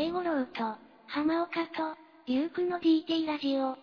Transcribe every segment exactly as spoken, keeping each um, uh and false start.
大五郎と、浜岡と、リュウクの ディーティー ラジオ。 い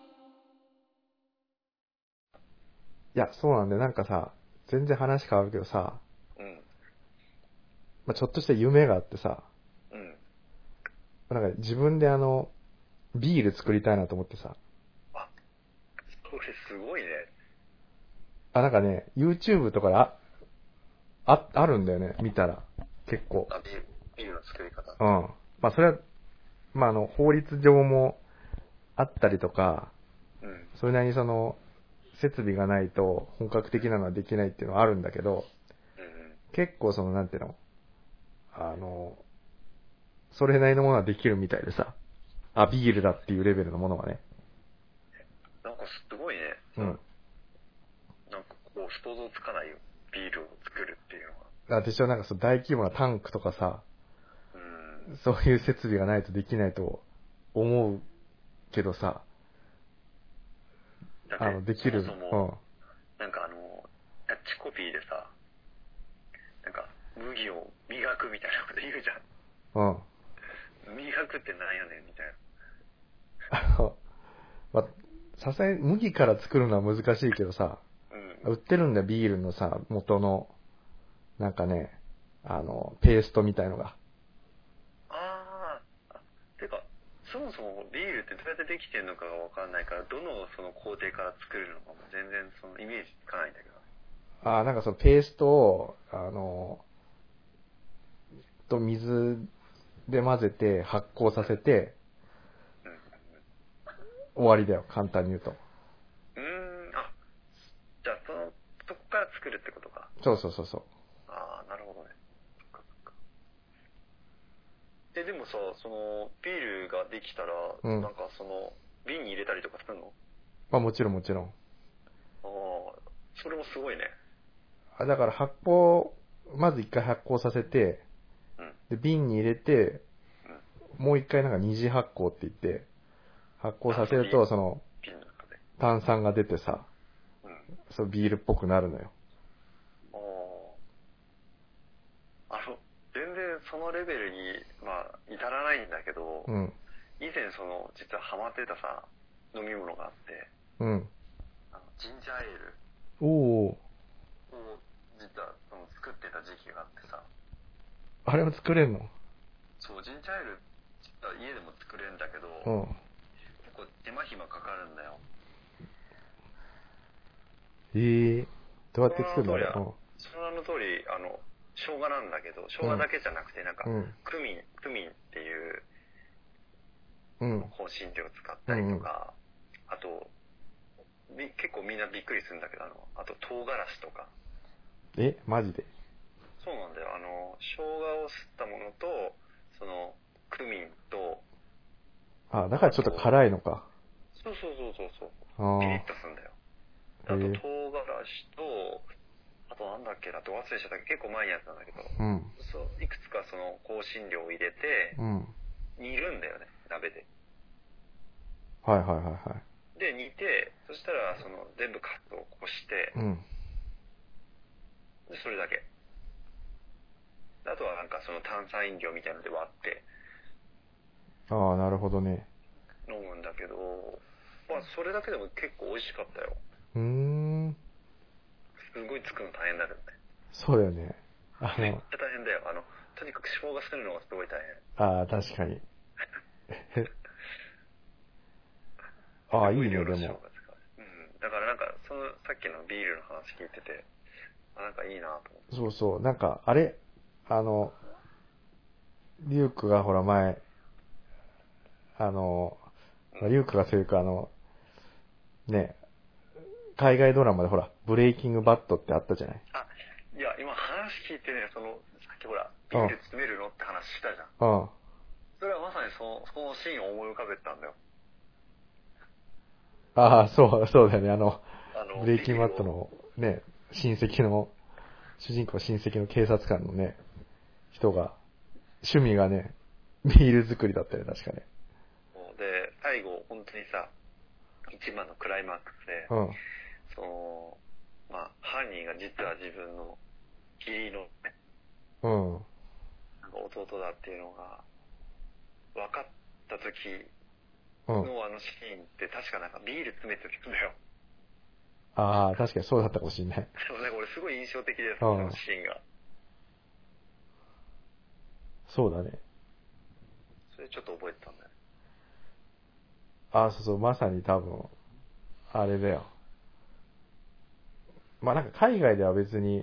や、そうなんだよ。なんかさ、全然話変わるけどさ、 うん。 まあ、ちょっとした夢があってさ、 うん。 なんか自分であの、ビール作りたいなと思ってさ。 あ、それすごいね。 あ、なんかね、YouTube とかであ、あ、あるんだよね、見たら。結構。 あ、ビール、ビールの作り方。 うん。まあ、それは、まあ、あの、法律上もあったりとか、 うん。 それなりにその、設備がないと本格的なのはできないっていうのはあるんだけど、 うんうん。 結構その、なんていうの、あの、それなりのものはできるみたいでさ。あ、ビールだっていうレベルのものはね。 なんかすごいね。 うん。 なんかこう、想像つかないよ。ビールを作るっていうのは。 私はなんかその大規模なタンクとかさ、 うん。 そういう設備がないとできないと思うけどさ、 だってあの、できる。 そもそも、なんかあの、キャッチコピーでさ、なんか、麦を磨くみたいなこと言うじゃん。 うん。うん。 磨くってなんやねんみたいな。 あの、ま、さすがに麦から作るのは難しいけどさ、 うん。 売ってるんだよ、ビールのさ、元の、なんかね、あの、ペーストみたいのが。 あーあ、てか、そもそもビールってどうやってできてるのかがわかんないから、どのその工程から作るのかも全然そのイメージつかないんだけど。 ああ、なんかそのペーストを、あの、と水で混ぜて発酵させて、 うん。 終わりだよ、簡単に言うと。 うーん、あ、じゃあその、そこから作るってことか。 そうそうそうそう。 ああ、なるほどね。そっかそっか。え、でもさ、その、ビールができたら、 うん。 なんかその、瓶に入れたりとかするの？ まあもちろんもちろん。 ああ、それもすごいね。 あ、だから発酵、まず一回発酵させて、 うん。 で、瓶に入れて、 うん。 もう一回なんか二次発酵って言って、発酵させるあと、その、 瓶の中で。 炭酸が出てさ、 うん。 そうビールっぽくなるのよ。 ああ。あの、全然そのレベルに、まあ、至らないんだけど、 うん。 以前その、実はハマってたさ、飲み物があって、 うん。 あのジンジャーエールおー。 を、実はその作ってた時期があってさ、 あれも作れんの？ そう、ジンジャーエール、実は家でも作れるんだけど、 うん。 結構手間暇かかるんだよ。 ええー。どうやって作るんだその名の通りは、 ろその名の通り、あの、生姜なんだけど、生姜だけじゃなくて、なんか、 う。うん。 クミン、クミンっていう、 うん。 香辛料を使ったりとか、あと、み結構みんなびっくりするんだけど、あの、あと唐辛子とか。 え、マジで？ そうなんだよ。あの、生姜をすったものと、その、クミンと、 あ、だからちょっと辛いのか。 そうそうそうそうそう。 あピリッとするんだよ。あー。 とへえ。 唐辛子と、あとなんだっけなって忘れちゃったけど、結構前のやつなんだけど、 うん。 そう、いくつかその香辛料を入れて、 うん。 煮るんだよね、鍋で。 はいはいはいはい。 で、煮て、そしたら、その、全部カットをこして、 うん。 で、それだけ。あとはなんかその炭酸飲料みたいので割ってああ、なるほどね。 飲むんだけど、まあそれだけでも結構美味しかったよ。 うーん。 すごい作るの大変だけどね。 そうだよね。あめっの、 ちゃ大変だよ。あの、とにかく生姜するのがすごい大ああ、確かに。 変。 ああ、いいね、 すごい量のでも。 生姜使う。うん。だからなんか、その、さっきのビールの話聞いてて、あ、なんかいいなと思って。 そうそう。なんか、あれ、あの、リュウクがほら前、あの、 うん、 リュウクがというかあの、ね、海外ドラマでほら、ブレイキングバットってあったじゃない？ あ、いや、今話聞いてね、その、さっきほら、ビうん。 ール詰めるのって話したじゃん。 うん。 それはまさにその、そのシーンを思い浮かべてたんだよ。 ああ、そう、そうだよね。あの、 あの、 ブレイキングバットビールを、 のね、親戚の、主人公親戚の警察官のね、人が、趣味がね、ビール作りだったよね、確かね。 で、最後、本当にさ、一番のクライマックスで、 うん。 その、まあ、犯人が実は自分の義理のね、 うん。 なんか弟だっていうのが分かった時うん。 のあのシーンって確かなんかビール詰めてるんだよ。 ああ、確かにそうだったかもしんない。 そうなんか俺すごい印象的でうんそのシーンが。 そうだね。 それちょっと覚えてたんだよ。 ああ、そうそう、まさに多分、あれだよ。まあなんか海外では別に、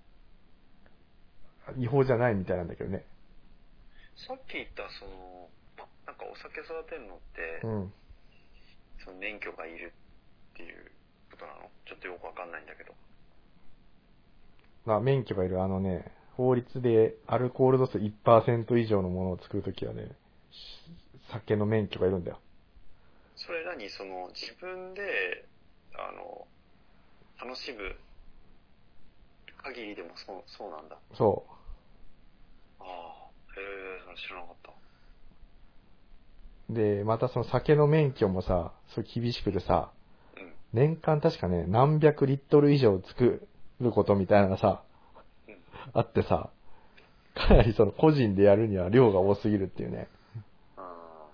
違法じゃないみたいなんだけどね。 さっき言ったその、なんかお酒育てるのって、 うん。 その免許がいるっていうことなの？ちょっとよくわかんないんだけど。 まあ免許がいるあのね、法律でアルコール度数 いちパーセント 以上のものを作るときはね、酒の免許がいるんだよ。 それ何その自分で、あの、楽しむ限りでもそう、そうなんだ。 そう。 ああ、へえ、それ知らなかった。 で、またその酒の免許もさ、そう厳しくてさ、 うん。 年間確かね、何百リットル以上作ることみたいなのがさ、 うん。 あってさ、かなりその個人でやるには量が多すぎるっていうね。 あ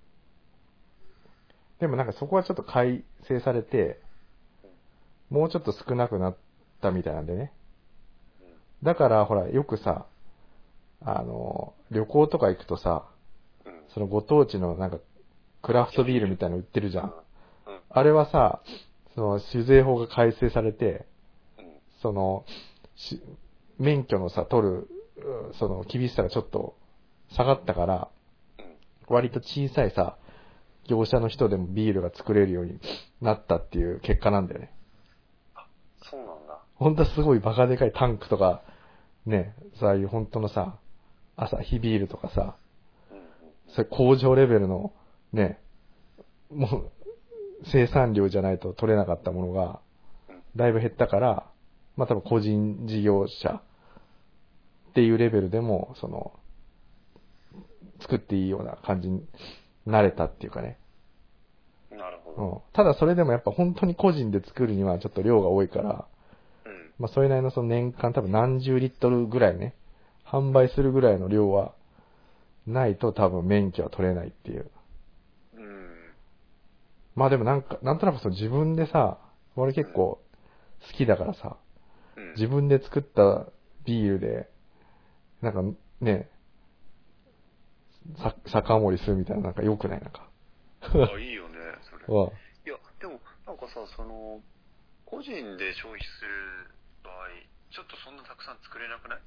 でもなんかそこはちょっと改正されて、もうちょっと少なくなったみたいなんでね。 ー、うん。 だからほら、よくさ、あの、旅行とか行くとさ、 うん。 そのご当地のなんか、クラフトビールみたいなの売ってるじゃん。 うん。うん。 あれはさ、その酒税法が改正されて、 うん。 その、し免許のさ、取る、うその厳しさがちょっと下がったから、 うん。 割と小さいさ、業者の人でもビールが作れるようになったっていう結果なんだよね。 そうなんだ。 ほんとすごいバカでかいタンクとか、ね、そういう本当のさ、朝日ビールとかさ、 うん。うん。 それ工場レベルの、ね、もう、生産量じゃないと取れなかったものが、だいぶ減ったから、まあ多分個人事業者っていうレベルでも、その、作っていいような感じになれたっていうかね。 なるほど。 うん。ただそれでもやっぱ本当に個人で作るにはちょっと量が多いから、 うん。 まあそれなりのその年間多分何十リットルぐらいね、販売するぐらいの量はないと多分免許は取れないっていう。 うん。 まあでもなんか、なんとなくその自分でさ、俺結構好きだからさ、 うん。 自分で作ったビールで、なんかね、さ、酒盛りするみたいななんか良くないなんか。 あ、いいよね、それ。 わいや、でも、なんかさ、その、個人で消費する場合、ちょっとそんなたくさん作れなくない？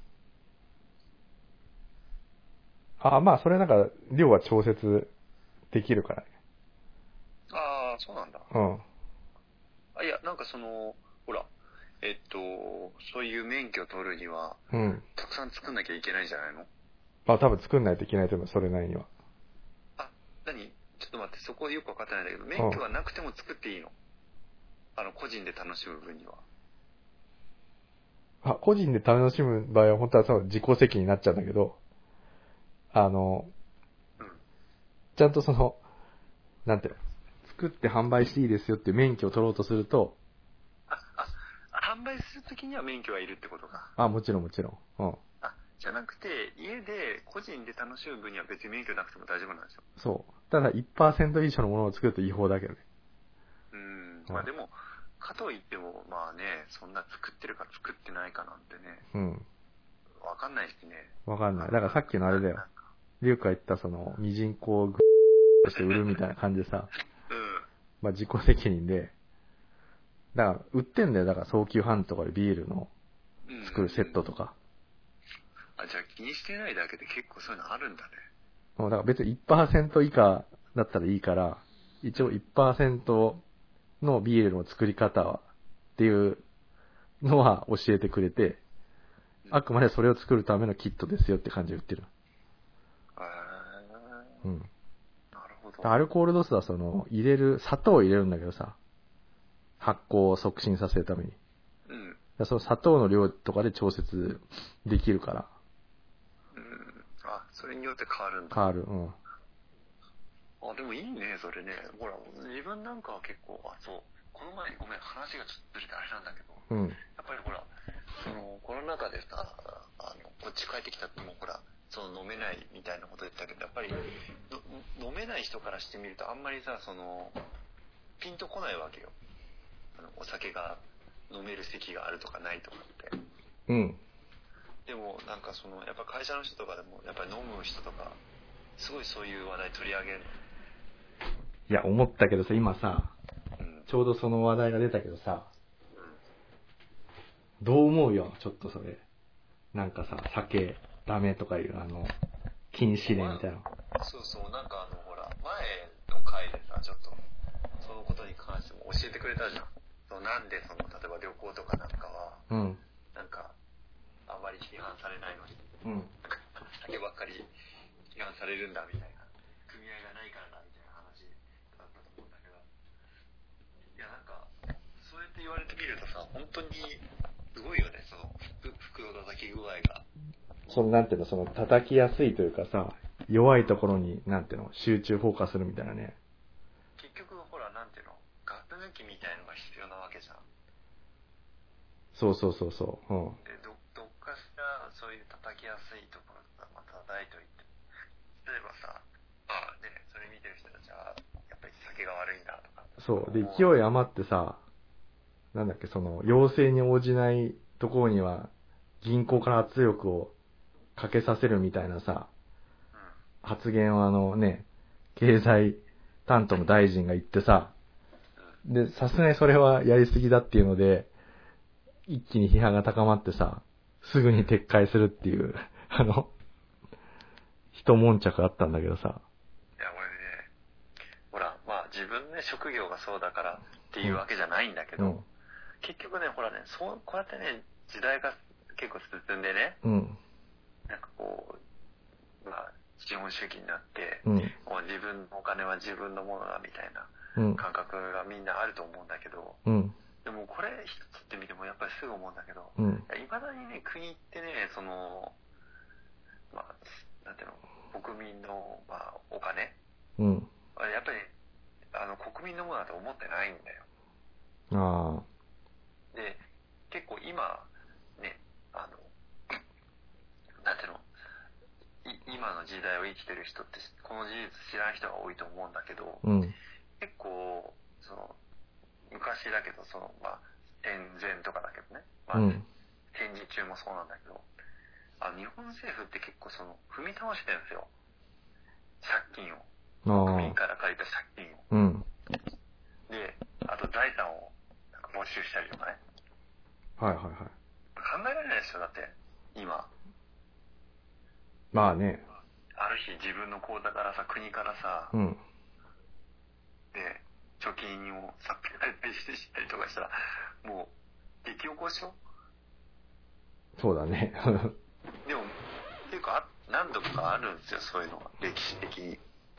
あ、まあそれなんか量は調節できるからね。 ああ、そうなんだ。 うん。 あ、いや、なんかその、ほら、えっと、そういう免許取るには、 うん。 たくさん作んなきゃいけないんじゃないの？ あ、多分作んないといけないと思う、それなりには。 あ、何？ちょっと待って、そこよくわかってないんだけど、免許がなくても作っていいの？あの、個人で楽しむ分には。 あ、個人で楽しむ場合は本当はその自己責任になっちゃうんだけど、あの、 うん。 ちゃんとその、なんていうの、作って販売していいですよっていう免許を取ろうとすると、 あ、あ、販売するときには免許はいるってことか。 あ、もちろんもちろん。うん。 あ、じゃなくて、家で個人で楽しむ分には別に免許なくても大丈夫なんですよ。 そう。ただ いちパーセント 以上のものを作ると違法だけどね。 うーん。 うんまあでも、かといっても、まあね、そんな作ってるか作ってないかなんてね、 うん。 わかんないしね。 わかんない。だからさっきのあれだよ。リュウカ言ったその、ミジンコをグッして売るみたいな感じでさ、 うん。 まあ自己責任で、だから売ってんだよ。だから早急販とかでビールのうん。 作るセットとか。 あ、じゃあ気にしてないだけで結構そういうのあるんだね。 もうだから別に いちパーセント 以下だったらいいから、一応 いちパーセント のビールの作り方はっていうのは教えてくれて、あくまでそれを作るためのキットですよって感じで売ってる。 へー。 うん。 なるほど。 アルコール度数はその、入れる、砂糖を入れるんだけどさ、発酵を促進させるために。 うん。 だからその砂糖の量とかで調節できるから、 うん。あ、それによって変わるんだ。 変わる。うん。 あ、でもいいね、それね。ほら、自分なんかは結構、あ、そう。この前、ごめん、話がちょっとずれてあれなんだけど、 うん。 やっぱりほら、その、コロナ禍でさ、あの、こっち帰ってきたってもうほら、その飲めないみたいなこと言ったけど、やっぱり、のない人からしてみるとあんまりさ、そのピンとこないわけよ。あのお酒が飲める席があるとかないとかって。 うん。 でもなんかそのやっぱ会社の人とかでもやっぱり飲む人とかすごいそういう話題取り上げる。 いや、思ったけどさ、今さ、 うん、 ちょうどその話題が出たけどさ、うん、どう思うよ、ちょっとそれ。なんかさ、酒ダメとかいうあの禁止令みたいな。 そうそう、なんかあのほら前の回でさ、ちょっとそのことに関しても教えてくれたじゃん。そうなんでその例えば旅行とかなんかは、うん、なんかあんまり批判されないのに、うん、酒ばっかり批判されるんだみたいな、組合がないからだみたいな話だったと思うんだけど、いやなんかそうやって言われてみるとさ、本当にすごいよね、その服の叩き具合が。 そのなんていうの、その叩きやすいというかさ、弱いところになんていうの、集中フォーカスするみたいなね。 結局ほらなんていうの、ガス抜きみたいのが必要なわけじゃん。 そうそうそうそう。うん。 で ど, どっかしらそういう叩きやすいところとかまた叩いといて、例えばさ、ああね、それ見てる人たちはやっぱり酒が悪いんだとか。 そうで勢い余ってさ、なんだっけ、その要請に応じないところには銀行から圧力をかけさせるみたいなさ、うん、発言をあのね、経済担当の大臣が言ってさ、でさすがにそれはやりすぎだっていうので一気に批判が高まってさ、すぐに撤回するっていうあの一悶着あったんだけどさ。 いや俺ね、ほらまあ自分ね職業がそうだからっていうわけじゃないんだけど、うん、結局ねほらね、そうこうやってね時代が結構進んでね、うん、なんかこうまあ資本主義になって、うん、もう自分のお金は自分のものだみたいな感覚がみんなあると思うんだけど、うん、でもこれ一つって見てもやっぱりすぐ思うんだけど、うん、いまだにね国ってねそのまあなんていうの、国民の、まあ、お金、うん、やっぱりあの国民のものだと思ってないんだよ。あで結構今ねあのなんていうの、今の時代を生きてる人ってこの事実知らない人が多いと思うんだけど、うん、結構その昔だけどそのまあ戦前とかだけどね、まあ、うん、戦時中もそうなんだけど、あ日本政府って結構その踏み倒してるんですよ、借金を、国民から借りた借金を、うん、であと財産をなんか没収したりとかね、 はいはいはい、 考えられないですよだって今。 まあね、 ある日自分の口座からさ、国からさ、うん、で貯金をさっぴられたりしてしたりとかしたらもう激おこしょ。 そうだねでもっていうか何度かあるんですよそういうのが歴史的に。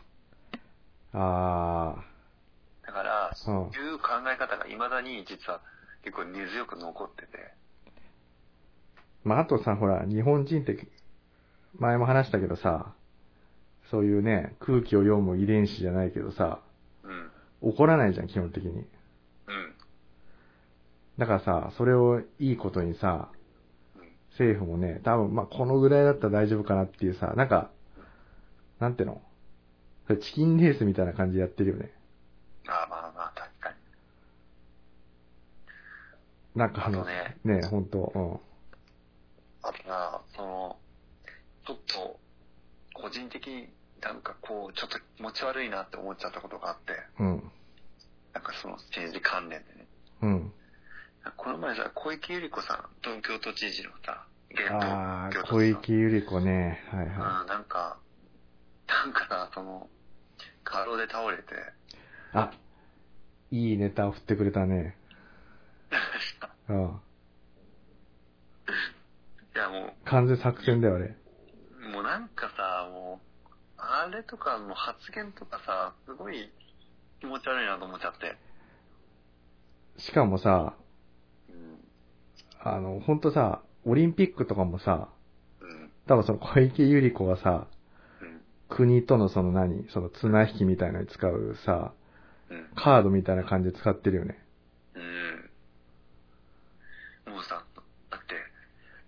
ああ。だから、うん、そういう考え方がいまだに実は結構根強く残ってて。 まああとさ、ほら日本人って前も話したけどさ、そういうね空気を読む遺伝子じゃないけどさ、うん、怒らないじゃん基本的に。うん。だからさ、それをいいことにさ、政府もね、多分まあこのぐらいだったら大丈夫かなっていうさ、なんかなんていうの、チキンレースみたいな感じでやってるよね。 ああまあまあ確かに。 なんかあのあね、ね本当、うん。 あとな、そのちょっと個人的になんかこうちょっと気持ち悪いなって思っちゃったことがあって、うん。なんかその政治関連でね。うん。この前さ、小池百合子さん、東京都知事のさ、 現東京都知事の。ああ、小池百合子ね。はいはい。 あなんか、なんかさ、その、過労で倒れて。 あ、いいネタを振ってくれたね。うん。 いやもう。 完全作戦だよ、あれ。 もうなんかさ、もう、あれとかの発言とかさ、すごい気持ち悪いなと思っちゃって。 しかもさ、あの、ほんとさ、オリンピックとかもさ、うん、多分その小池百合子がさ、うん、国とのその何、その綱引きみたいなのに使うさ、うん、カードみたいな感じで使ってるよね。 うん。もうさ、だって、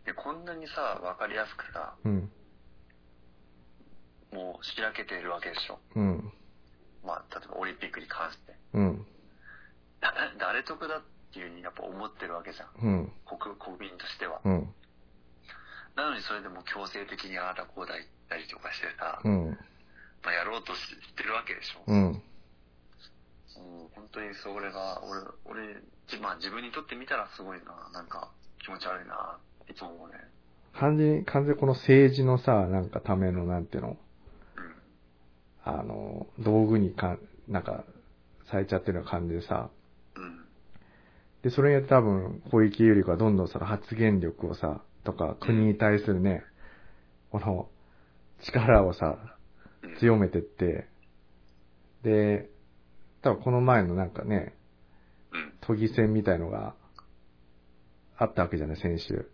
こんなにさ、わかりやすくさ、うん、もうしらけてるわけでしょ。うん。 まあ、例えばオリンピックに関して。 うん。 だ、誰得だっていうふうにやっぱ思ってるわけじゃん。 うん。 国、国民としては。 うん。 なのにそれでも強制的にああだこうだ言ったりとかしてさ、 うん。 まあ、やろうとしてるわけでしょ。 うん。うん、 本当にそれが、俺、俺、まあ自分にとってみたらすごいな、なんか気持ち悪いな、いつも思うね。 完全に、完全にこの政治のさ、なんかための、なんていうの、うん、あの、道具にか、なんか、されちゃってるような感じでさ、うん、で、それによって多分、小池百合子はどんどんその発言力をさ、とか、国に対するね、うん、この、力をさ、強めてって、で、多分この前のなんかね、都議選みたいのがあったわけじゃない、先週。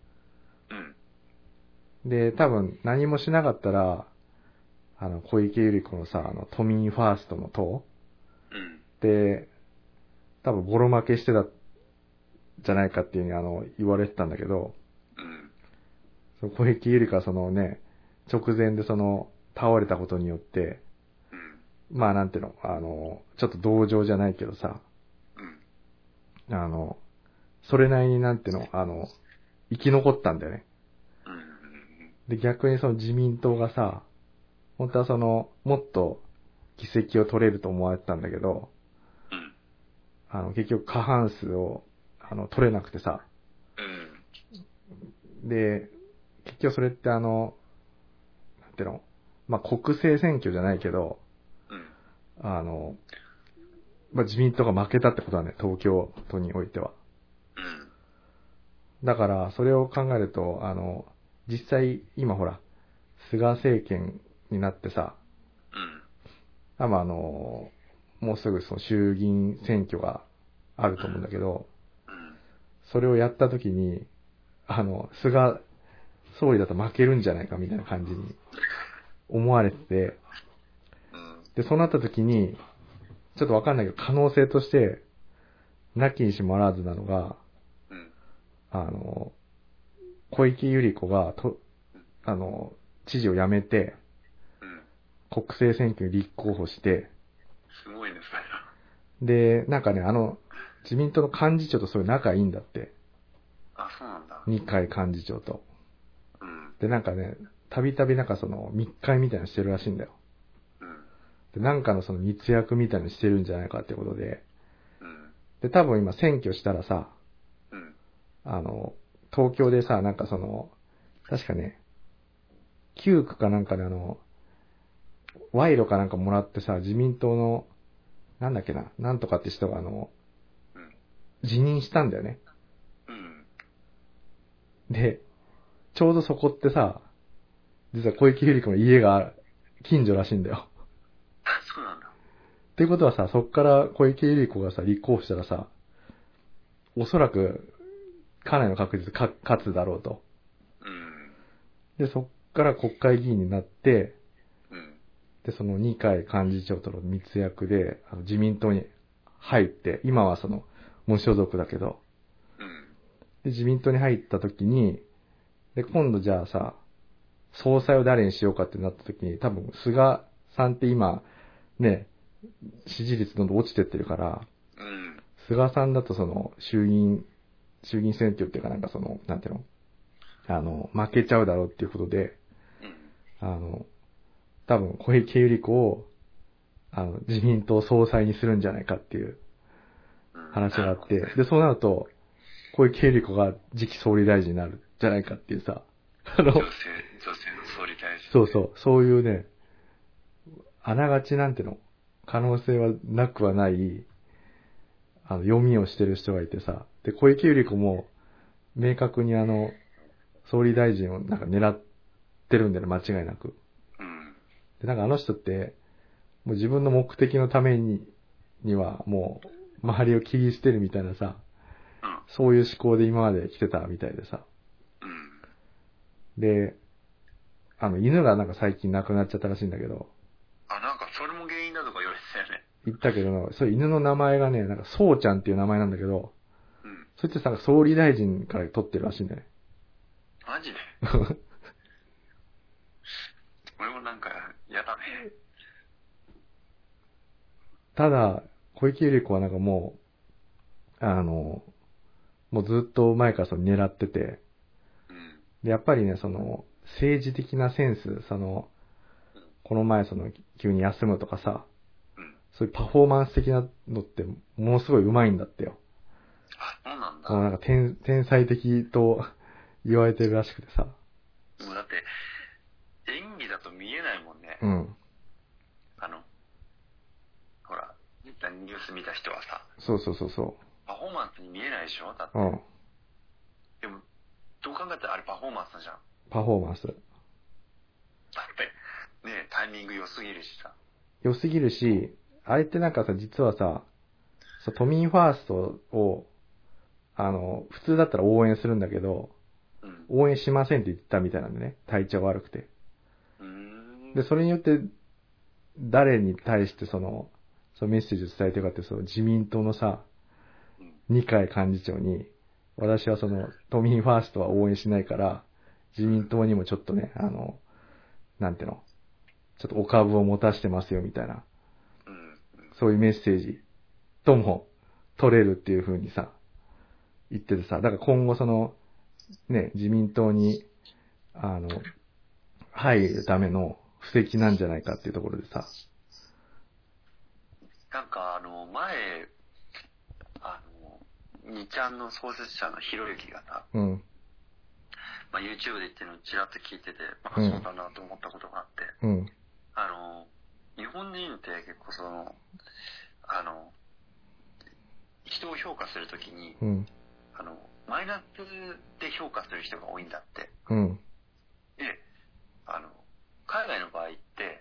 うん、で、多分何もしなかったら、あの、小池百合子のさ、あの、都民ファーストの党、うん、で、多分ボロ負けしてた、じゃないかっていうふうにあの、言われてたんだけど、うん、その小池百合子はそのね、直前でその、倒れたことによって、うん、まあなんていうの、あの、ちょっと同情じゃないけどさ、うん、あの、それなりになんていうの、あの、生き残ったんだよね。うん、で、逆にその自民党がさ、本当はその、もっと議席を取れると思われてたんだけど、うん、あの、結局過半数を、あの、取れなくてさ、うん、で、結局それってあの、なんていうの、まあ、国政選挙じゃないけど、うん、あの、まあ、自民党が負けたってことはね、東京都においては。うん、だから、それを考えると、あの、実際、今ほら、菅政権になってさ、うん、あまあ、あの、もうすぐその衆議院選挙があると思うんだけど、うん、それをやったときに、あの、菅総理だと負けるんじゃないかみたいな感じに思われてて、で、そうなった時に、ちょっとわかんないけど、可能性として、なきにしもあらずなのが、うん、あの、小池百合子が、と、あの、知事を辞めて、うん、国政選挙に立候補して、 すごいね、それ。 で、なんかね、あの、自民党の幹事長とそういう仲いいんだって。 あ、そうなんだ。 二階幹事長と。うん、で、なんかね、たびたびなんかその密会みたいなのしてるらしいんだよ。うん、で、なんかのその密約みたいなのしてるんじゃないかってことで。うん、で、多分今選挙したらさ、うん、あの、東京でさ、なんかその、確かね、きゅうくかなんかであの、賄賂かなんかもらってさ、自民党の、なんだっけな、なんとかって人があの、うん、辞任したんだよね。うん、で、ちょうどそこってさ、実は小池百合子の家が近所らしいんだよ。 そうなんだ。 っていうことはさ、そっから小池百合子がさ、立候補したらさ、おそらく、かなりの確実か勝つだろうと。うん、で、そっから国会議員になって、うん、で、その二階幹事長との密約で、あの自民党に入って、今はその、無所属だけど、うん、で、自民党に入った時に、で、今度じゃあさ、総裁を誰にしようかってなった時に、多分、菅さんって今、ね、支持率どんどん落ちてってるから、うん、菅さんだとその、衆議院、衆議院選挙っていうかなんかその、なんていうの、あの、負けちゃうだろうっていうことで、うん、あの、多分、小池百合子を、あの、自民党総裁にするんじゃないかっていう話があって、うん、で、そうなると、小池百合子が次期総理大臣になるんじゃないかっていうさ、 あの、女性、女性の総理大臣。 そうそう、そういうね、あながちなんていうの、可能性はなくはない、あの、読みをしてる人がいてさ、で、小池百合子も、明確にあの、総理大臣をなんか狙ってるんだよね、間違いなく。うん。で、なんかあの人って、もう自分の目的のために、にはもう、周りを切り捨てるみたいなさ、うん、そういう思考で今まで来てたみたいでさ。うん。で、あの、犬がなんか最近亡くなっちゃったらしいんだけど。 あ、なんかそれも原因だとか言われてたよね。 言ったけど、そういう犬の名前がね、なんかそうちゃんっていう名前なんだけど、うん。そいつさ、総理大臣から取ってるらしいんだよね。 マジで俺もなんか、やだね。 ただ、小池百合子はなんかもう、あの、もうずっと前からその狙ってて、 うん。 で、やっぱりね、その、政治的なセンス、その、この前その、急に休むとかさ、 うん。 そういうパフォーマンス的なのって、ものすごい上手いんだってよ。 あ、そうなんだ。 このなんか天、天才的と言われてるらしくてさ。 もうだって、演技だと見えないもんね。 うん。 あの、ほら、ニュース見た人はさ、 そうそうそうそパフォーマンスに見えないでしょだって。 う。うん。 でも、どう考えたらあれパフォーマンスじゃん。 パフォーマンス。 だって、ね、タイミング良すぎるしさ。 良すぎるし、あれってなんかさ、実はさ、そう都民ファーストを、あの、普通だったら応援するんだけど、 うん。 応援しませんって言ったみたいなんでね、体調悪くて。 うーん。 で、それによって、誰に対してその、そのメッセージを伝えてるかって、その自民党のさ、 うん。 二階幹事長に、私はその、都民ファーストは応援しないから、自民党にもちょっとね、あの、なんていうの、ちょっとお株を持たしてますよみたいな、 うん。うん。 そういうメッセージとも取れるっていう風にさ、言っててさ、だから今後その、ね、自民党に、あの、入るための布石なんじゃないかっていうところでさ。 なんかあの、前、あの、にちゃんの創設者のひろゆきがさ、 うん。 まあ、YouTube で言ってるのをちらっと聞いてて、まあ、 うんそうだなと思ったことがあって、 うん。 あの、日本人って結構その、あの、人を評価するときに、 うん。 あの、マイナスで評価する人が多いんだって。 うん。 で、あの、海外の場合って、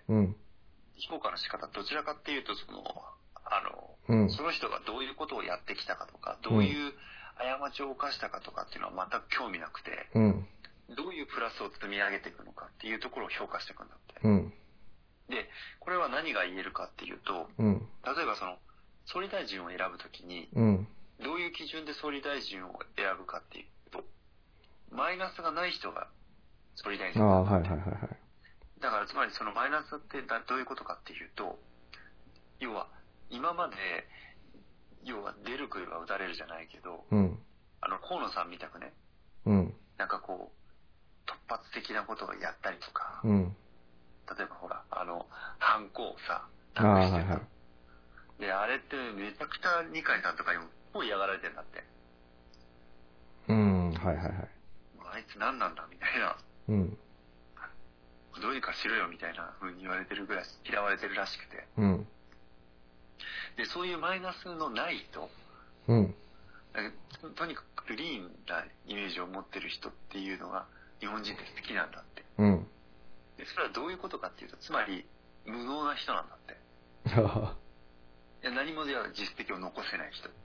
うん。 評価の仕方どちらかっていうと、その、あの、 うん。 その人がどういうことをやってきたかとか、どういう過ちを犯したかとかっていうのは全く興味なくて、 うん。 どういうプラスを積み上げていくのかっていうところを評価していくんだって。 うん。 で、これは何が言えるかっていうと、 うん。 例えばその、総理大臣を選ぶときに、 うん。 どういう基準で総理大臣を選ぶかっていうと、マイナスがない人が総理大臣ああ、 なんだって。 はいはいはいはい。 だからつまりそのマイナスってどういうことかっていうと、要は今まで、要は出る杭は打たれるじゃないけど、 うん。 あの河野さんみたくね、 うん。 なんかこう、突発的なことをやったりとか、 うん。 例えばほら、あの、ハンコをさ、 ああ、 託してた。 はいはい。 で、あれってめちゃくちゃ二階さんとかにもすごい嫌がられてんだって。 うん。はいはいはい。 あいつ何なんだみたいな。 うん。 どうにかしろよみたいな風に言われてるぐらい嫌われてるらしくて。 うん。 で、そういうマイナスのない人、 うん。 と, とにかくクリーンなイメージを持ってる人っていうのが日本人って好きなんだって。 うん。 で、それはどういうことかっていうと、つまり無能な人なんだって。いや何もでは実績を残せない人。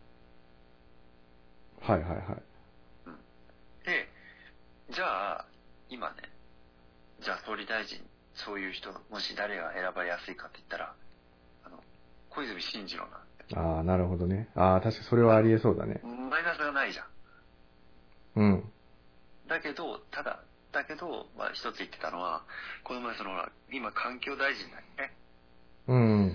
はいはいはい。 うん。で、じゃあ、今ね、じゃあ総理大臣、そういう人、もし誰が選ばれやすいかって言ったら、あの、小泉進次郎なんだって。 ああ、なるほどね。ああ、確かにそれはありえそうだね。 マイナスがないじゃん。 うん。 だけど、ただ、だけど、まあ一つ言ってたのは、この前その、今環境大臣だよね。 うん。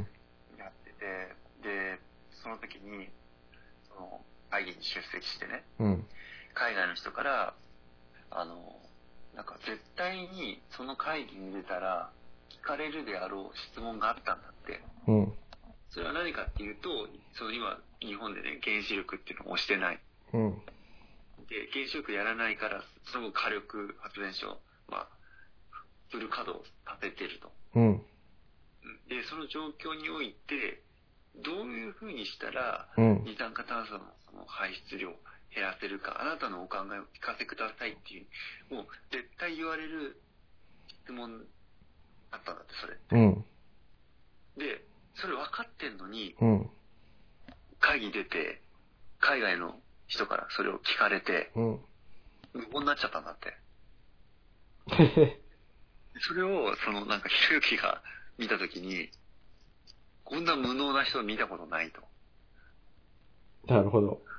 やってて、で、その時に、その、会議に出席してね、 うん。 海外の人から、あの、なんか絶対にその会議に出たら聞かれるであろう質問があったんだって。 うん。 それは何かっていうと、その今、日本でね、原子力っていうのを押してない。 うん。 で、原子力やらないから、その火力発電所、まあ、フル稼働させてると。 うん。 で、その状況において、どういうふうにしたら、 うん二酸化炭素のその排出量を減らせるか、あなたのお考えを聞かせてくださいっていう、もう絶対言われる質問だったんだって、それ。 うん。 で、それ分かってんのに、 うん。 会議出て、海外の人からそれを聞かれて、 うん。 無言になっちゃったんだって。 へへ。 それを、そのなんかひろゆきが見たときに、こんな無能な人を見たことないと。 なるほど。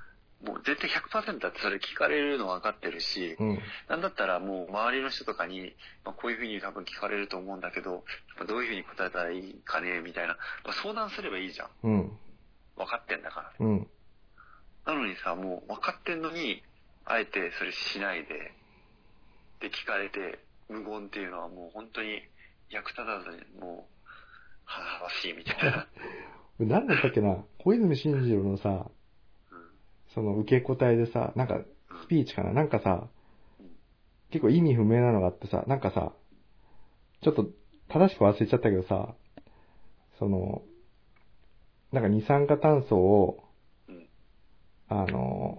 もう絶対 ひゃくパーセント だってそれ聞かれるの分かってるし、 うん、 なんだったらもう周りの人とかに、まあ、こういうふうに多分聞かれると思うんだけど、どういうふうに答えたらいいかねみたいな、まあ、相談すればいいじゃん。 うん。 分かってんだから。 うん。 なのにさ、もう分かってんのに、あえてそれしないで、で聞かれて無言っていうのはもう本当に役立たずにもう、ははしいみたいな。 なんだったっけな、小泉進次郎のさ、その受け答えでさ、なんかスピーチかな、なんかさ、結構意味不明なのがあってさ、なんかさ、ちょっと正しく忘れちゃったけどさ、その、なんか二酸化炭素を、あの、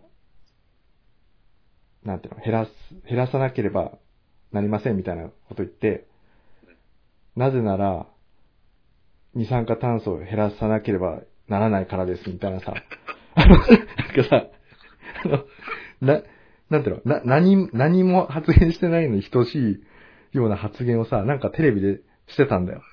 なんていうの、減らす、減らさなければなりませんみたいなこと言って、なぜなら、二酸化炭素を減らさなければならないからですみたいなさ、あの、なんかさ、あの、な、なんていうの、な、何、何も発言してないのに等しいような発言をさ、なんかテレビでしてたんだよ。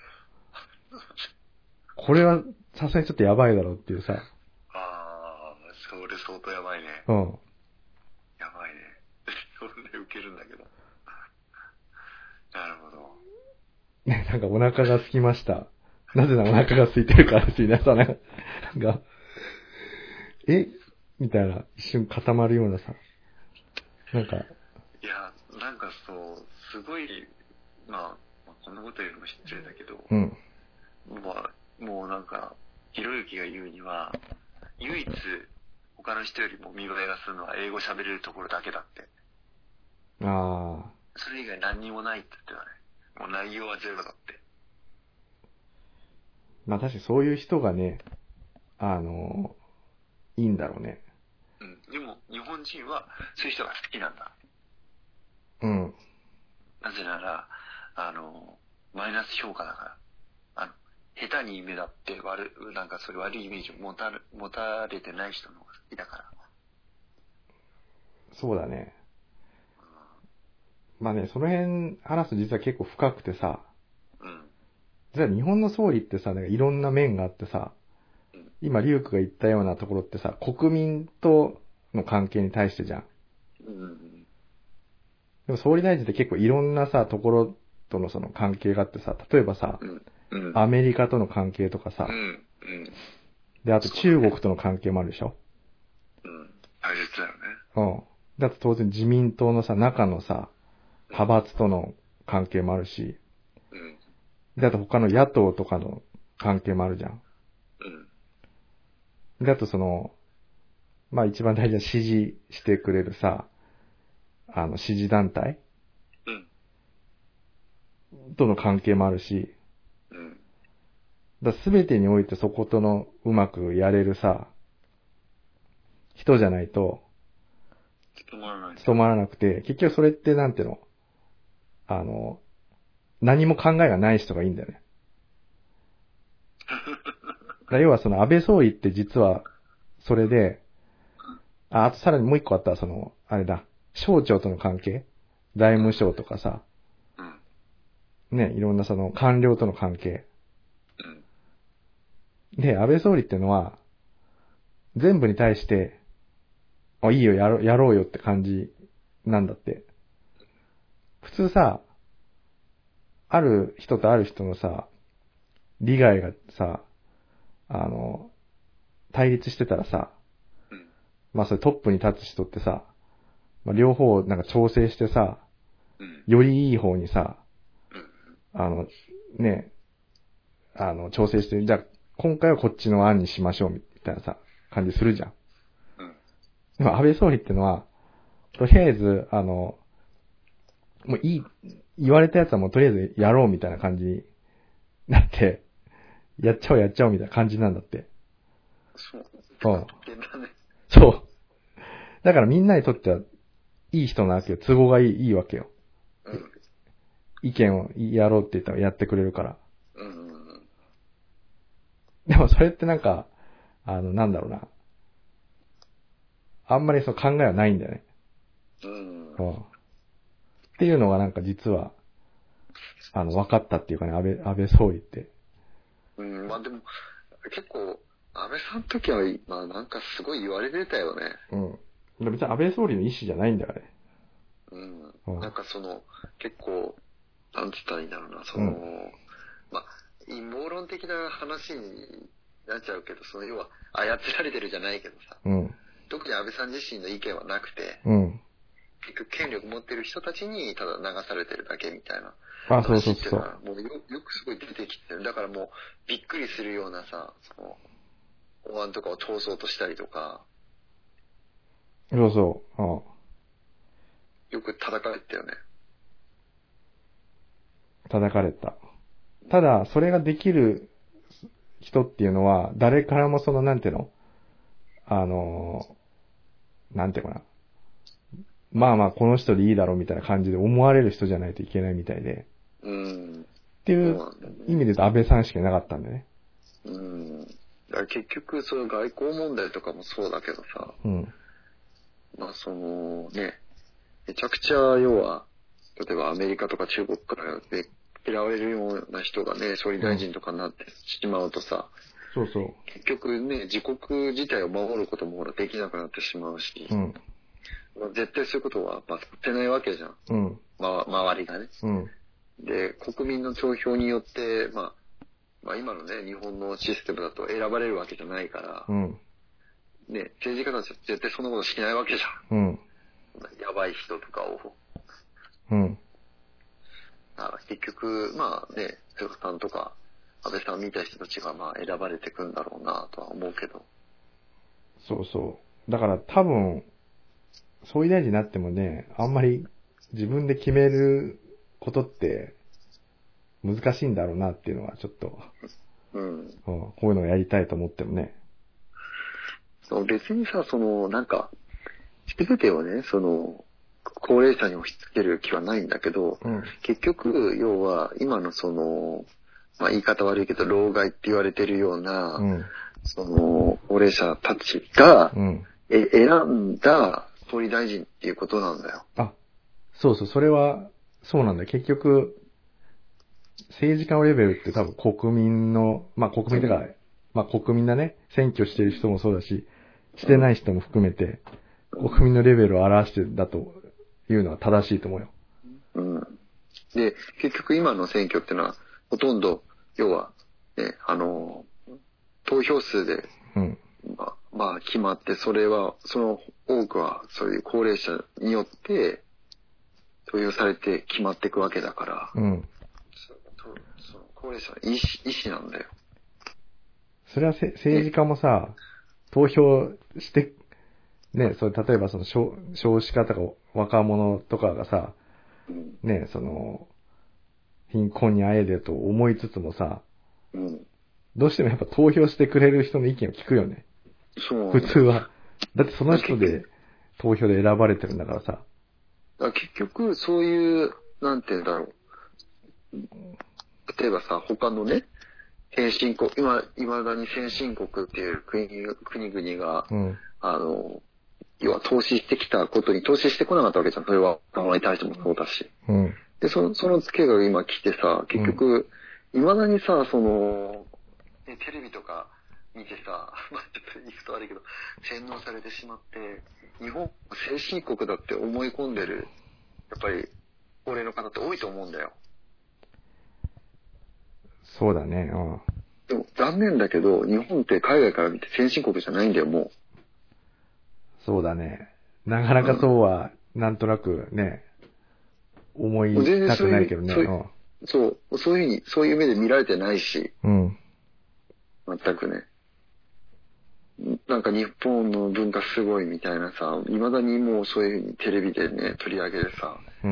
これはさすがにちょっとやばいだろうっていうさ。 ああ、それ相当やばいね。 うん。 やばいね。それでウケるんだけど。なるほど。 ね、なんかお腹が空きました。なぜならお腹が空いてるからです皆さん、なんか、えみたいな、一瞬固まるようなさ、なんか。 いや、なんかそう、すごい、まあ、まあ、こんなこと言うのも失礼だけど、 うん。 まあ、もうなんか、ひろゆきが言うには、唯一、他の人よりも見栄えがするのは英語喋れるところだけだって。 ああ。 それ以外何にもないって言ってたね。もう内容はゼロだって。 まあ確かにそういう人がね、あの、いいんだろうね。 うん。でも、日本人はそういう人が好きなんだ。 うん。 なぜなら、あの、マイナス評価だから。あの、下手に目立って悪、なんかそれ悪いイメージを持たれ、持たれてない人の方が好きだから。 そうだね。まあね、その辺話すと実は結構深くてさ、 うん。 実は日本の総理ってさ、なんかいろんな面があってさ、うん、今、リュウクが言ったようなところってさ、国民との関係に対してじゃん。うん。でも総理大臣って結構いろんなさ、ところとのその関係があってさ、例えばさ、うんうん、アメリカとの関係とかさ、うんうん、で、あと中国との関係もあるでしょ。 うん。大切だよね。 うん。だと当然自民党のさ、中のさ、派閥との関係もあるし、うん。で、あと他の野党とかの関係もあるじゃん。うん。で、あとその、まあ一番大事な支持してくれるさ、あの、支持団体うん。との関係もあるし、うん。だすべてにおいてそことのうまくやれるさ、人じゃないと、 務まらない。 務まらなくて、結局それってなんていうの、あの、何も考えがない人がいいんだよね。だ要はその安倍総理って実は、それで、あ、あとさらにもう一個あったらその、あれだ、省庁との関係財務省とかさ、ね、いろんなその官僚との関係。で、安倍総理ってのは、全部に対して、あ、いいよ、やろう、やろうよって感じなんだって。普通さ、ある人とある人のさ、利害がさ、あの、対立してたらさ、うん、まあそれトップに立つ人ってさ、まあ、両方なんか調整してさ、うん、よりいい方にさ、うん、あの、ね、あの、調整して、じゃあ今回はこっちの案にしましょうみたいなさ、感じするじゃん。うん、でも安倍総理ってのは、とりあえず、あの、もういい、言われたやつはもうとりあえずやろうみたいな感じになって、やっちゃおうやっちゃおうみたいな感じなんだって。 そう。 そう。そう。だからみんなにとってはいい人なわけよ。都合がいい、いいわけよ。うん。意見をやろうって言ったらやってくれるから。うん。でもそれってなんか、あの、なんだろうな。あんまりその考えはないんだよね。うん。うん。っていうのがなんか実は、あの、分かったっていうかね、安倍、安倍総理って。 うん、まあでも、結構、 安倍さんの時は、まあなんかすごい言われてたよね。 うん。別に安倍総理の意思じゃないんだよね。 うん。 うん、なんかその、結構、なんつったらいいんだろうな、その、うん、まあ、陰謀論的な話になっちゃうけど、その要は操られてるじゃないけどさ、うん、特に安倍さん自身の意見はなくて、うん、結局権力持ってる人たちにただ流されてるだけみたいな話っていうのは、もう よ, よくすごい出てきてる。だからもうびっくりするようなさ、その法案とかを通そうとしたりとか、 そうそう、ああ、 よく叩かれてたよね。 叩かれた。ただ、それができる人っていうのは、誰からもその、なんていうのあの、なんていうかな。まあまあ、この人でいいだろうみたいな感じで思われる人じゃないといけないみたいで。うん。っていう意味で言うと安倍さんしかいなかったんでね。 うん。だから結局、その外交問題とかもそうだけどさ。うん。まあ、そのね、めちゃくちゃ要は、例えばアメリカとか中国から嫌われるような人がね、総理大臣とかになってしまうとさ、 うん、そうそう。 結局ね、自国自体を守ることもほらできなくなってしまうし、うん、まあ、絶対そういうことはまあさせないわけじゃん。うん。ま、周りがね。うん。で、国民の投票によって、まあ、まあ今のね、日本のシステムだと選ばれるわけじゃないから、うん。ね、政治家たちは絶対そんなことしないわけじゃん。うん。やばい人とかを。うん。あ結局、まあね、菅さんとか安倍さんみたいな人たちがまあ選ばれてくんだろうなとは思うけど。 そうそう。だから多分、総理大臣になってもね、あんまり自分で決めることって難しいんだろうなっていうのはちょっと、うん。うん、こういうのをやりたいと思ってもね。 そう別にさ、その、なんか、全てをね、その、高齢者に押し付ける気はないんだけど、うん、結局、要は、今のその、まあ言い方悪いけど、老害って言われてるような、うん、その、高齢者たちが、うん、え選んだ総理大臣っていうことなんだよ。 あ、そうそう、それは、そうなんだよ。結局、政治家のレベルって多分国民の、まあ国民だから、うん、まあ国民だね、選挙してる人もそうだし、してない人も含めて、うん、国民のレベルを表してだというのは正しいと思うよ。 うん。で、結局今の選挙ってのは、ほとんど、要は、ね、あの、投票数で、うん、まあ、まあ決まって、それは、その多くはそういう高齢者によって投票されて決まっていくわけだから、うん、そその高齢者の意思、意思なんだよ。 それはせ政治家もさ、投票して、ね、それ例えばその少少子化とか若者とかがさ、うん、ね、その、貧困にあえでと思いつつもさ、うん、どうしてもやっぱ投票してくれる人の意見を聞くよね。そう。普通は。だってその人で投票で選ばれてるんだからさ。 だから結局、そういう、なんて言うんだろう。例えばさ、他のね、先進国、今、未だに先進国っていう国、国々が、うん、あの、要は投資してきたことに投資してこなかったわけじゃん。それは若者に対してもそうだし。うん、で、その、そのツケが今来てさ、結局、うん、未だにさ、その、ね、テレビとか見てさ、まあちょっと言い方悪いけど、洗脳されてしまって、日本先進国だって思い込んでる、やっぱり、高齢の方って多いと思うんだよ。 そうだね、うん。 でも残念だけど、日本って海外から見て先進国じゃないんだよ、もう。 そうだね。なかなかそうは、なんとなくね、思いたくないけどね。 そういう、そう、そういうふうに、そういう目で見られてないし。うん。全くね。なんか日本の文化すごいみたいなさ、未だにもうそういうふうにテレビでね、取り上げてさ。うん。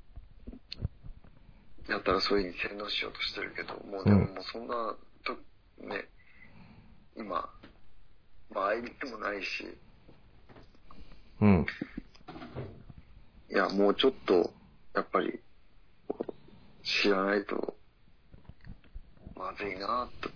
やったらそういうふうに洗脳しようとしてるけど、もうでももうそんな、と、ね、今、まあ、あいみでもないし。うん。いや、もうちょっと、やっぱり、知らないと、まずいなって、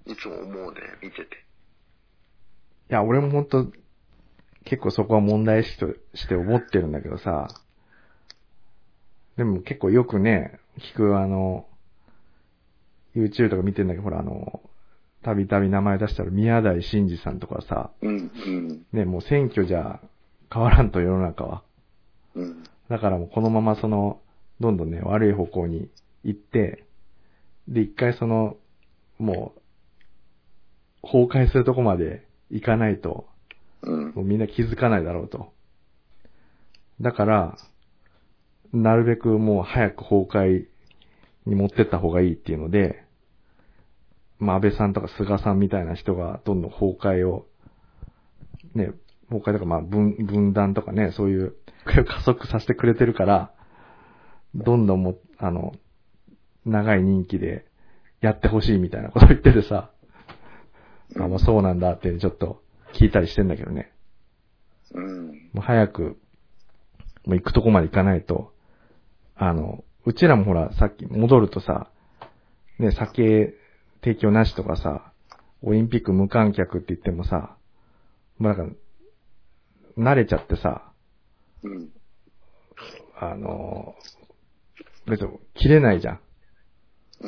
いつも思うね、見てて。 いや、俺もほんと、結構そこは問題視として思ってるんだけどさ、でも結構よくね、聞くあの、YouTube とか見てんだけど、ほらあの、 たびたび名前出したら宮台真司さんとかさ、 うんうん、 ね、もう選挙じゃ変わらんと世の中は。 うん、 だからもうこのままその、どんどんね、悪い方向に行って、で、一回その、もう、崩壊するとこまで行かないと、 うん、 もうみんな気づかないだろうと。だから、なるべくもう早く崩壊に持ってった方がいいっていうので、まあ安倍さんとか菅さんみたいな人がどんどん崩壊を、ね、崩壊とかまあ分、分断とかね、そういう加速させてくれてるから、どんどんも、あの、長い任期でやってほしいみたいなこと言っててさ、あ、もうそうなんだってちょっと聞いたりしてんだけどね。 うん。 もう早く、もう行くとこまで行かないと、あの、うちらもほら、さっき戻るとさ、ね、酒提供なしとかさ、オリンピック無観客って言ってもさ、もうなんか、慣れちゃってさ、 うん。 あの、別に切れないじゃん。 うん。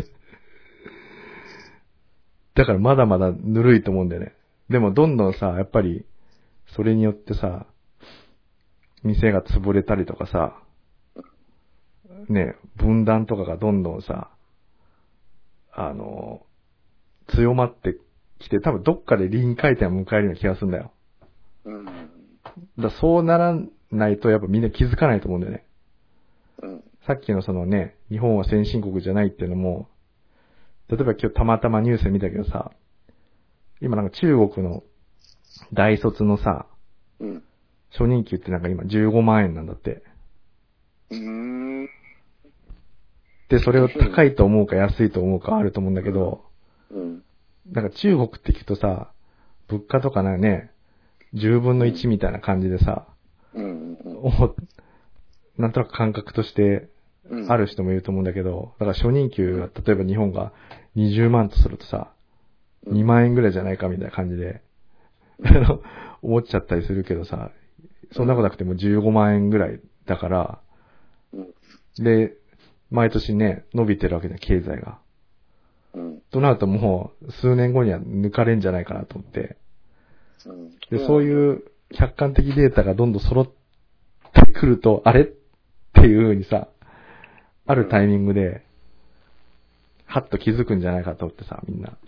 だからまだまだぬるいと思うんだよね。でもどんどんさ、やっぱり、それによってさ、店が潰れたりとかさ、ね、分断とかがどんどんさ、あの、強まってきて、多分どっかで臨界点を迎えるような気がするんだよ。 うん。 だそうならないとやっぱみんな気づかないと思うんだよね。 うん。 さっきのそのね、日本は先進国じゃないっていうのも、例えば今日たまたまニュースで見たけどさ、今なんか中国の大卒のさ、 うん。 初任給ってなんか今じゅうごまんえんなんだって。 うーん。 で、それを高いと思うか安いと思うかあると思うんだけど、 うん。 なんか中国って聞くとさ、物価とかね、じゅうぶんのいちみたいな感じでさ、 うん。 なんとなく感覚としてある人もいると思うんだけど、だから初任給が例えば日本がにじゅうまんとするとさ、にまんえんぐらいじゃないかみたいな感じで、思っちゃったりするけどさ、そんなことなくてもじゅうごまんえんぐらいだから、で、毎年ね、伸びてるわけじゃん、経済が。となるともう数年後には抜かれんじゃないかなと思って、で、そういう客観的データがどんどん揃ってくると、あれっていう風にさ、あるタイミングで、はっと気づくんじゃないかと思ってさ、みんな。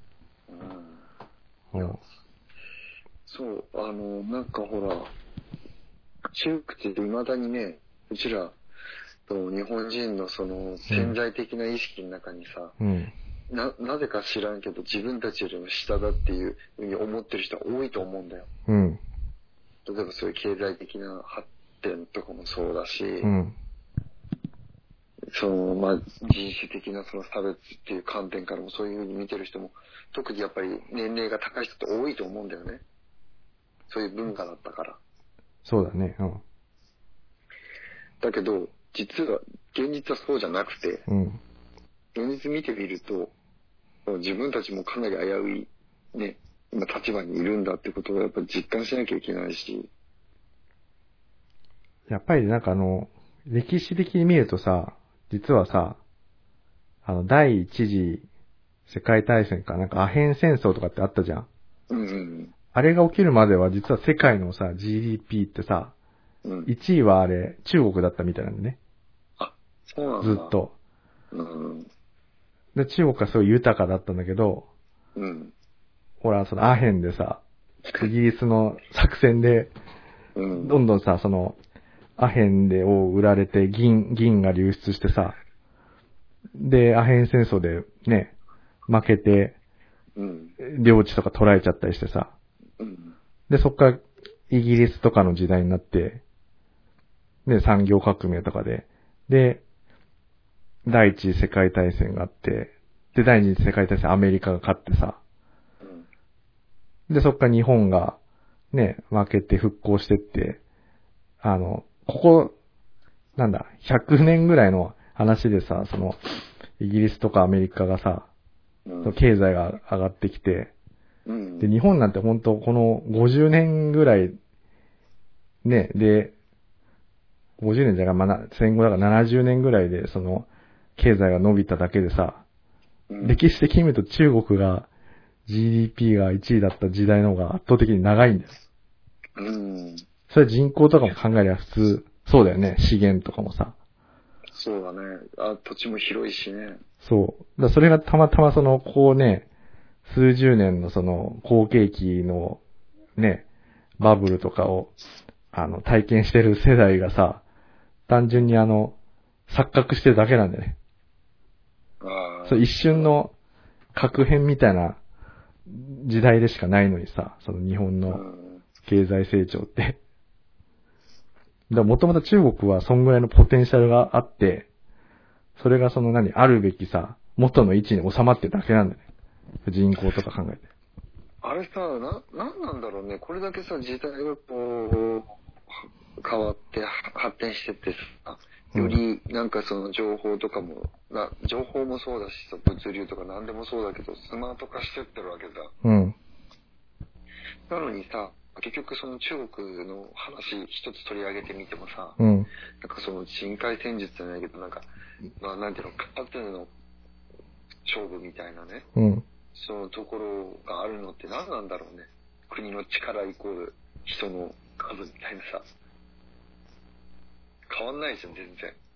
うん。そう、あの、なんかほら、中国って未だにね、うちらと日本人のその潜在的な意識の中にさ、 うん、 な、なぜか知らんけど自分たちよりも下だっていうふうに思ってる人は多いと思うんだよ。 うん。 例えばそういう経済的な発展とかもそうだし、 うん、 その、まあ、人種的なその差別っていう観点からもそういうふうに見てる人も、特にやっぱり年齢が高い人って多いと思うんだよね。そういう文化だったから。 そうだね。うん。 だけど、実は、現実はそうじゃなくて、 うん、 現実見てみると、自分たちもかなり危うい、ね、今立場にいるんだってことをやっぱり実感しなきゃいけないし。 やっぱりなんかあの、歴史的に見るとさ、実はさ、あの、第一次世界大戦か、なんかアヘン戦争とかってあったじゃん。 うんうん。 あれが起きるまでは実は世界のさ、ジーディーピー ってさ、 うん、 いちいはあれ、中国だったみたいなんだね。 あ、そうなんだ。 ずっと。 うん。 で、中国はすごい豊かだったんだけど、 うん。 ほら、そのアヘンでさ、イギリスの作戦で、 うん、 どんどんさ、その、アヘンでを売られて銀、銀が流出してさ、で、アヘン戦争でね、負けて、 うん、 領地とか取られちゃったりしてさ、 うん、 で、そっからイギリスとかの時代になって、で、産業革命とかで、で、第一次世界大戦があって、で、第二次世界大戦アメリカが勝ってさ、で、そっから日本がね、負けて復興してって、あの、ここ、なんだ、ひゃくねんぐらいの話でさ、その、イギリスとかアメリカがさ、 うん、 経済が上がってきて、 うん、 で、日本なんて本当このごじゅうねんぐらい、ね、で、ごじゅうねんじゃが、まあ、戦後だからななじゅうねんぐらいで、その、経済が伸びただけでさ、 うん、歴史的に見ると中国が ジーディーピー がいちいだった時代の方が圧倒的に長いんだよ。 うん。 それ人口とかも考えれば普通、そうだよね。資源とかもさ。 そうだね。あ、土地も広いしね。 そう。だそれがたまたまその、こうね、数十年のその、好景気の、ね、バブルとかを、あの、体験してる世代がさ、単純にあの、錯覚してるだけなんだよね。 あそう一瞬の確変みたいな時代でしかないのにさ、その日本の経済成長って。だもともと中国はそんぐらいのポテンシャルがあって、それがその何、あるべきさ、元の位置に収まってるだけなんだよね。人口とか考えて。 あれさ、な、なんなんだろうね。これだけさ、時代がこう、変わって発展してってさ、よりなんかその情報とかも、な情報もそうだしさ、物流とか何でもそうだけど、スマート化してってるわけだ。 うん。 なのにさ、結局その中国の話一つ取り上げてみてもさ、 うん、 なんかその人海戦術じゃないけど、なんか、まあなんていうの、数の勝負みたいなね、 うん、 そのところがあるのって何なんだろうね。国の力イコール人の数みたいなさ。変わんないじゃん、全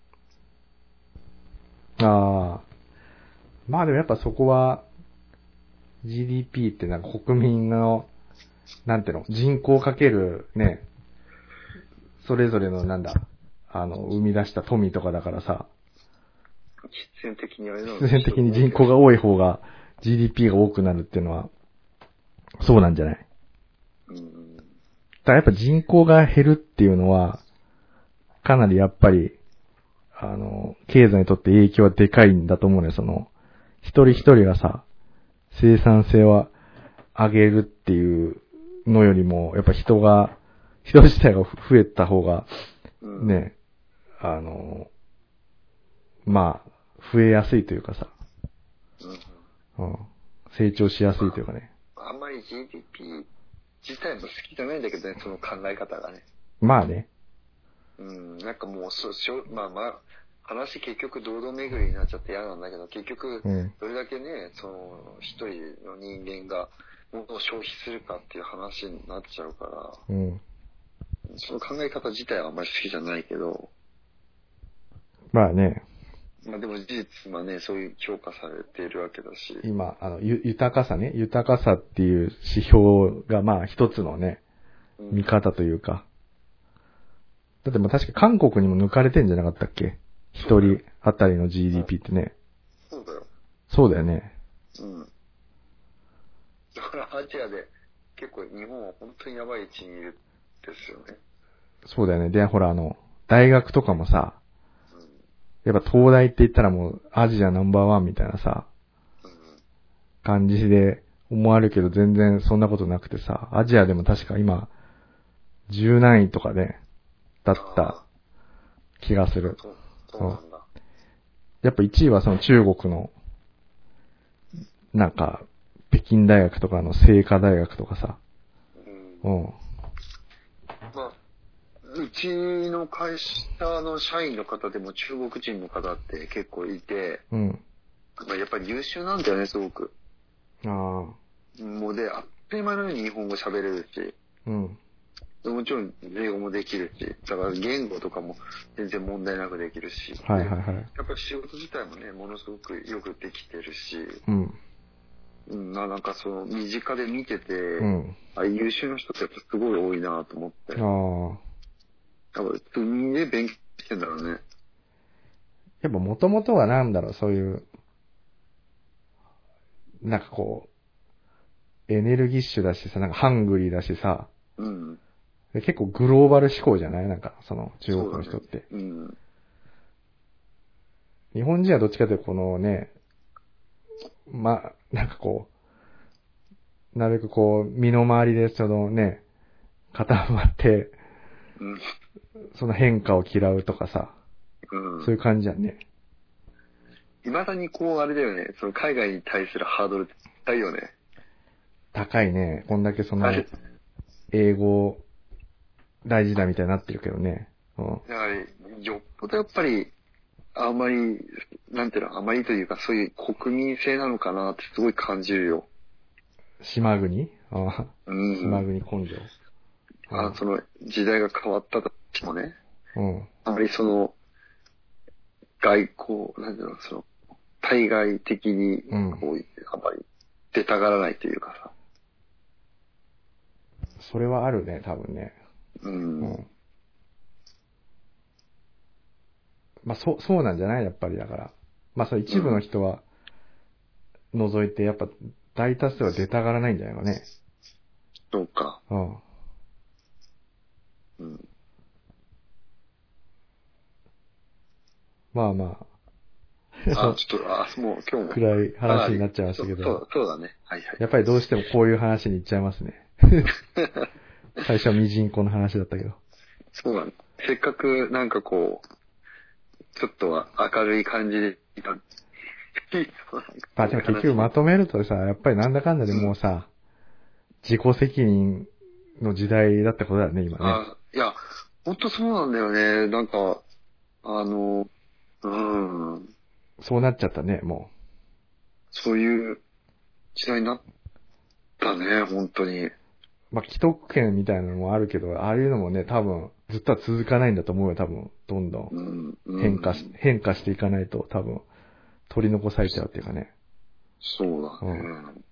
然。ああ。まあでもやっぱそこは、ジーディーピー ってなんか国民の、なんていうの、人口かけるね、それぞれのなんだ、あの、生み出した富とかだからさ。 必然的にあれなの必然的に人口が多い方が ジーディーピー が多くなるっていうのは、そうなんじゃない？ うん。 だからやっぱ人口が減るっていうのは、かなりやっぱり、あの、経済にとって影響はでかいんだと思うね。その、一人一人がさ、生産性を上げるっていうのよりも、やっぱ人が、人自体が増えた方が、ね、うん、あの、まあ、増えやすいというかさ、うん、うん、成長しやすいというかね。 まあ、あんまり ジーディーピー 自体も好きじゃないんだけどね、その考え方がね。 まあね。 うん、なんかもう、そ、しょ、まあまあ、話結局堂々巡りになっちゃって嫌なんだけど、結局、どれだけね、うん、その、一人の人間が物を消費するかっていう話になっちゃうから、 うん、 その考え方自体はあんまり好きじゃないけど、 まあね。 まあでも事実はね、そういう評価されているわけだし。 今、あの、ゆ、豊かさね、豊かさっていう指標がまあ一つのね、見方というか、だってもう確か韓国にも抜かれてんじゃなかったっけ？一人あたりの ジーディーピー ってね。 そうだよ。 そうだよね。 うん。だからアジアで結構日本は本当にやばい位置にいるんですよね。 そうだよね。で、ほらあの、大学とかもさ、うん、やっぱ東大って言ったらもうアジアナンバーワンみたいなさ、うん、感じで思われるけど全然そんなことなくてさ、アジアでも確か今、十何位とかね、だった気がする。 そうなんだ。 やっぱいちいはその中国の、なんか、北京大学とかの清華大学とかさ。うん。うん。 まあ、うちの会社の社員の方でも中国人の方って結構いて、 うん。 まあ、やっぱり優秀なんだよね、すごく。 ああ。 もうで、あっという間のように日本語喋れるし。 うん。 もちろん英語もできるし、だから言語とかも全然問題なくできるし、 はいはいはい。 やっぱり仕事自体もね、ものすごくよくできてるし、 うん。 うん、なんかその身近で見てて、 うん、 あ優秀な人ってやっぱすごい多いなと思って。 ああ。 やっぱ普通にね、勉強してんだろうね。 やっぱ元々はなんだろう、そういう、なんかこう、エネルギッシュだしさ、なんかハングリーだしさ、 うん。 結構グローバル思考じゃない？なんか、その中国の人って。 う、ね、うん。 日本人はどっちかというとこのね、ま、なんかこう、なるべくこう、身の回りでそのね、固まって、うん、その変化を嫌うとかさ、うん、そういう感じじゃんね。 未だにこう、あれだよね、その海外に対するハードルって高いよね。 高いね。こんだけその、英語、大事だみたいになってるけどね。うん。 やはり、よっぽどやっぱり、あんまり、 なんていうの、あまりというか、そういう国民性なのかなってすごい感じるよ。 島国あうん。 島国根性。 あ、その時代が変わったとしてもね。 うん。 あまりその、外交、なんていうの、その、対外的に、こう、うん、あまり出たがらないというかさ。 それはあるね、多分ね。 うん。うん、 まあ、そう、そうなんじゃないやっぱりだから。まあ、その一部の人は、除いて、やっぱ、大多数は出たがらないんじゃないかね。 そうか。 うん。 うん。 まあまあ。 あ、ちょっと、あ、もう今日も。 暗い話になっちゃいましたけど。 そう、そうだね。はいはい。 やっぱりどうしてもこういう話に行っちゃいますね。最初はミジンコの話だったけど。 そうだね。せっかくなんかこう、ちょっと明るい感じでいた。 まあでも結局まとめるとさ、やっぱりなんだかんだでもうさ、自己責任の時代だってことだよね、今ね。 あ、いや、ほんとそうなんだよね。なんか、あの、うん。 そうなっちゃったね、もう。 そういう時代になったね、本当に。 まあ、既得権みたいなのもあるけど、ああいうのもね、多分、ずっとは続かないんだと思うよ、多分。どんどん。変化し、うん、変化していかないと、多分、取り残されちゃうっていうかね。 そうだね。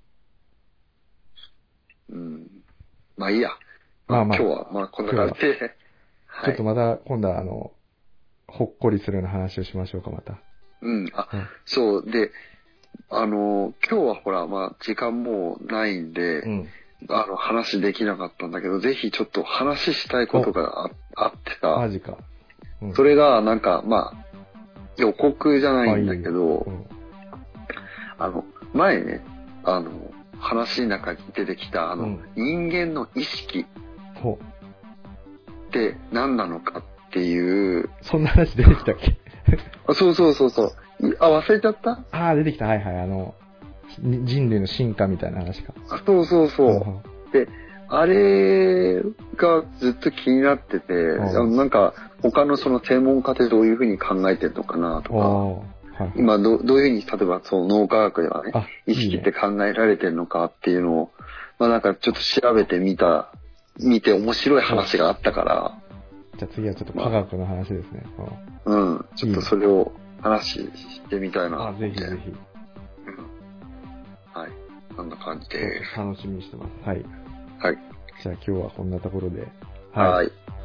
うん。うん、まあいいや。まあまあ。今日は、まあこんな感じで。 はい、ちょっとまた、今度はあの、ほっこりするような話をしましょうか、また。 うん。あ、うん、そう。で、あの、今日はほら、まあ、時間もうないんで、うん、あの、話できなかったんだけど、ぜひちょっと話したいことが あ, あってさ。 マジか。 うん、それが、なんか、まあ、予告じゃないんだけど、うん、あの、前ね、あの、話の中に出てきた、あの、うん、人間の意識って何なのかっていう。 そんな話出てきたっけあ、そうそうそうそう。あ、忘れちゃった？ ああ、出てきた。はいはい。あの、人類の進化みたいな話か。 あ、そうそうそう。うん、で、あれがずっと気になってて、うん、なんか他のその専門家ってどういうふうに考えてるのかなとか、はいはい、今ど, どういうふうに例えばその脳科学ではね、意識って考えられてるのかっていうのを、まあなんかちょっと調べてみた、見て面白い話があったから。 じゃあ次はちょっと科学の話ですね。 まあ、うん、ちょっとそれを話してみたいな。 あ、ぜひぜひ。 はい。そんな感じで。 楽しみにしてます。はい。 はい。 じゃあ今日はこんなところで。 はい。はい。